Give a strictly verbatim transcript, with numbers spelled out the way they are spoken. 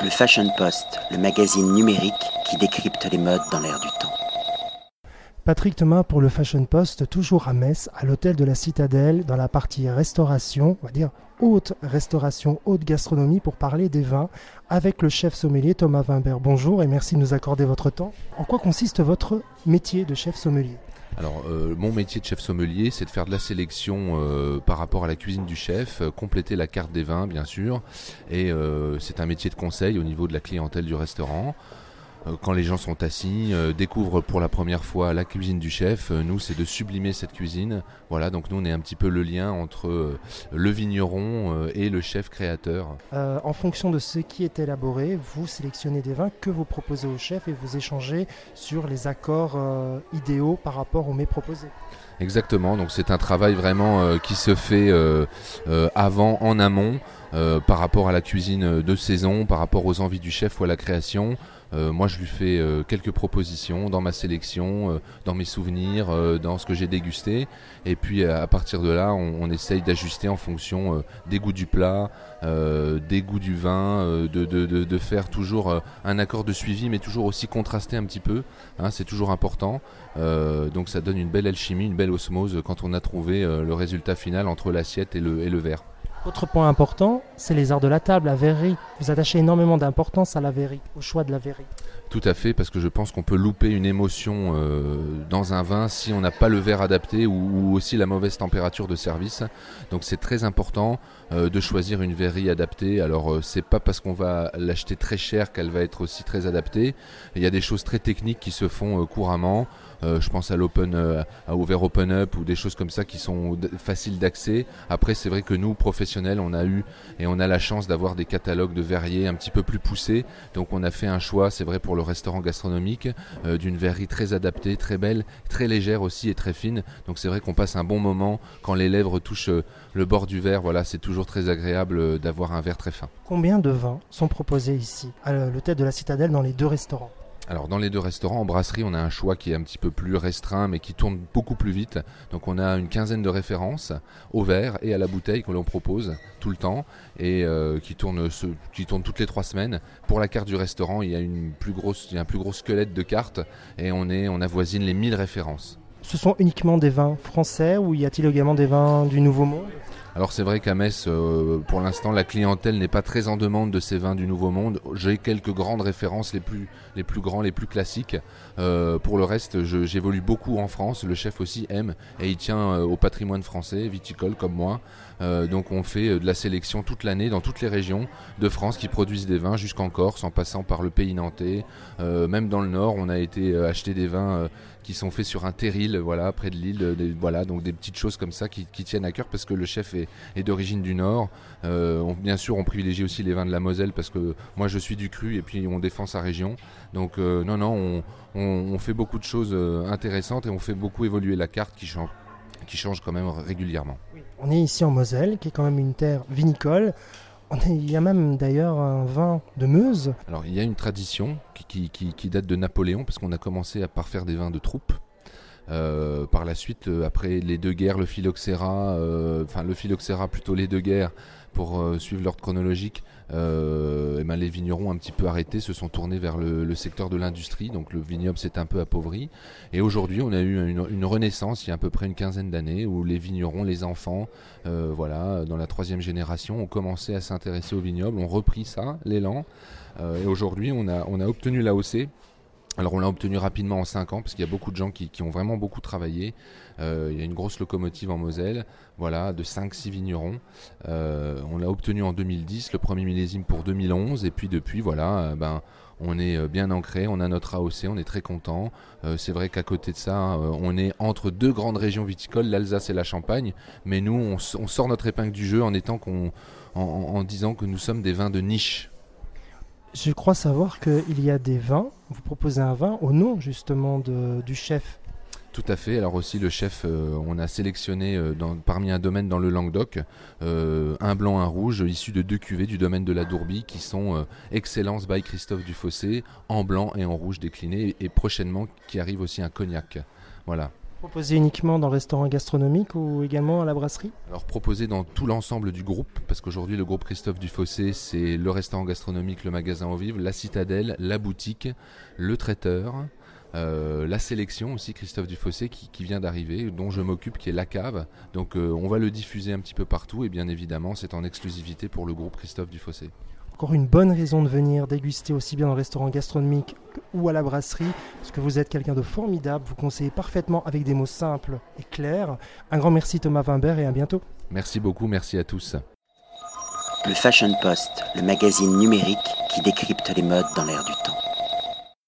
Le Fashion Post, le magazine numérique qui décrypte les modes dans l'air du temps. Patrick Thomas pour le Fashion Post, toujours à Metz, à l'hôtel de la Citadelle, dans la partie restauration, on va dire haute restauration, haute gastronomie, pour parler des vins, avec le chef sommelier Thomas Wimbert. Bonjour et merci de nous accorder votre temps. En quoi consiste votre métier de chef sommelier ? Alors, euh, mon métier de chef sommelier, c'est de faire de la sélection euh, par rapport à la cuisine du chef, euh, compléter la carte des vins, bien sûr. Et euh, c'est un métier de conseil au niveau de la clientèle du restaurant. Euh, quand les gens sont assis, euh, découvrent pour la première fois la cuisine du chef, euh, nous, c'est de sublimer cette cuisine. Voilà, donc nous, on est un petit peu le lien entre euh, le vigneron euh, et le chef créateur. Euh, en fonction de ce qui est élaboré, vous sélectionnez des vins que vous proposez au chef et vous échangez sur les accords euh, idéaux par rapport aux mets proposés. Exactement, donc c'est un travail vraiment euh, qui se fait euh, euh, avant, en amont, euh, par rapport à la cuisine de saison, par rapport aux envies du chef ou à la création. Euh, moi, je lui fais euh, quelques propositions dans ma sélection, euh, dans mes souvenirs, euh, dans ce que j'ai dégusté. Et puis, à partir de là, on, on essaye d'ajuster en fonction euh, des goûts du plat, euh, des goûts du vin, euh, de, de, de, de faire toujours euh, un accord de suivi, mais toujours aussi contrasté un petit peu. Hein, c'est toujours important. Euh, donc, ça donne une belle alchimie, une belle osmose quand on a trouvé euh, le résultat final entre l'assiette et le, et le verre. Autre point important, c'est les arts de la table, la verrerie. Vous attachez énormément d'importance à la verrerie, au choix de la verrerie. Tout à fait, parce que je pense qu'on peut louper une émotion euh, dans un vin si on n'a pas le verre adapté ou, ou aussi la mauvaise température de service. Donc c'est très important euh, de choisir une verrerie adaptée. Alors euh, c'est pas parce qu'on va l'acheter très cher qu'elle va être aussi très adaptée. Il y a des choses très techniques qui se font euh, couramment. Euh, je pense à l'open, euh, au verre open up ou des choses comme ça qui sont d- faciles d'accès. Après c'est vrai que nous professionnels on a eu et on a la chance d'avoir des catalogues de verriers un petit peu plus poussés. Donc on a fait un choix, c'est vrai pour le restaurant gastronomique, euh, d'une verrerie très adaptée, très belle, très légère aussi et très fine. Donc c'est vrai qu'on passe un bon moment quand les lèvres touchent euh, le bord du verre. Voilà, c'est toujours très agréable euh, d'avoir un verre très fin. Combien de vins sont proposés ici, à l'hôtel de la Citadelle, dans les deux restaurants ? Alors dans les deux restaurants, en brasserie, on a un choix qui est un petit peu plus restreint mais qui tourne beaucoup plus vite. Donc on a une quinzaine de références au verre et à la bouteille que l'on propose tout le temps et euh, qui, tournent ce, qui tournent toutes les trois semaines. Pour la carte du restaurant, il y a, une plus grosse, il y a un plus gros squelette de cartes et on, est, on avoisine les mille références. Ce sont uniquement des vins français ou y a-t-il également des vins du Nouveau Monde ? Alors c'est vrai qu'à Metz, euh, pour l'instant, la clientèle n'est pas très en demande de ces vins du Nouveau Monde. J'ai quelques grandes références, les plus, les plus grands, les plus classiques. Euh, pour le reste, je, j'évolue beaucoup en France. Le chef aussi aime et il tient euh, au patrimoine français, viticole comme moi. Euh, donc on fait de la sélection toute l'année dans toutes les régions de France qui produisent des vins jusqu'en Corse, en passant par le pays nantais. Euh, même dans le Nord, on a été euh, acheter des vins euh, qui sont faits sur un terril, voilà, près de Lille. Des, voilà, donc des petites choses comme ça qui, qui tiennent à cœur parce que le chef est, est d'origine du Nord. Euh, on, bien sûr, on privilégie aussi les vins de la Moselle parce que moi je suis du cru et puis on défend sa région. Donc euh, non, non, on, on, on fait beaucoup de choses euh, intéressantes et on fait beaucoup évoluer la carte qui change, qui change quand même régulièrement. On est ici en Moselle, qui est quand même une terre vinicole. On est, il y a même d'ailleurs un vin de Meuse. Alors il y a une tradition qui, qui, qui, qui date de Napoléon parce qu'on a commencé à par faire des vins de troupe. Euh, par la suite, euh, après les deux guerres, le phylloxéra, euh, enfin le phylloxéra plutôt les deux guerres, pour euh, suivre l'ordre chronologique, euh, et ben les vignerons un petit peu arrêtés se sont tournés vers le, le secteur de l'industrie, donc le vignoble s'est un peu appauvri. Et aujourd'hui, on a eu une, une renaissance il y a à peu près une quinzaine d'années où les vignerons, les enfants, euh, voilà, dans la troisième génération, ont commencé à s'intéresser au vignoble, ont repris ça, l'élan. Euh, et aujourd'hui, on a, on a obtenu l'A O C. Alors on l'a obtenu rapidement en cinq ans parce qu'il y a beaucoup de gens qui, qui ont vraiment beaucoup travaillé. Euh, il y a une grosse locomotive en Moselle, voilà, de cinq six vignerons. Euh, on l'a obtenu en deux mille dix, le premier millésime pour deux mille onze, et puis depuis, voilà, euh, ben, on est bien ancré, on a notre A O C, on est très content. Euh, c'est vrai qu'à côté de ça, euh, on est entre deux grandes régions viticoles, l'Alsace et la Champagne, mais nous, on, on sort notre épingle du jeu en, étant qu'on, en, en disant que nous sommes des vins de niche. Je crois savoir qu'il y a des vins, vous proposez un vin au nom justement de, du chef. Tout à fait. Alors aussi le chef, euh, on a sélectionné euh, dans, parmi un domaine dans le Languedoc, euh, un blanc, un rouge, issus de deux cuvées du domaine de la Dourbie, qui sont euh, Excellence by Christophe Dufossé, en blanc et en rouge déclinés, et, et prochainement qui arrive aussi un cognac. Voilà. Proposé uniquement dans le restaurant gastronomique ou également à la brasserie? Alors proposé dans tout l'ensemble du groupe, parce qu'aujourd'hui le groupe Christophe Dufossé, c'est le restaurant gastronomique, le magasin Eaux Vives, la citadelle, la boutique, le traiteur, euh, la sélection aussi, Christophe Dufossé qui, qui vient d'arriver, dont je m'occupe, qui est la cave. Donc euh, on va le diffuser un petit peu partout et bien évidemment c'est en exclusivité pour le groupe Christophe Dufossé. Encore une bonne raison de venir déguster aussi bien dans le restaurant gastronomique ou à la brasserie, parce que vous êtes quelqu'un de formidable, vous conseillez parfaitement avec des mots simples et clairs. Un grand merci Thomas Wimbert et à bientôt. Merci beaucoup, merci à tous. Le Fashion Post, le magazine numérique qui décrypte les modes dans l'air du temps.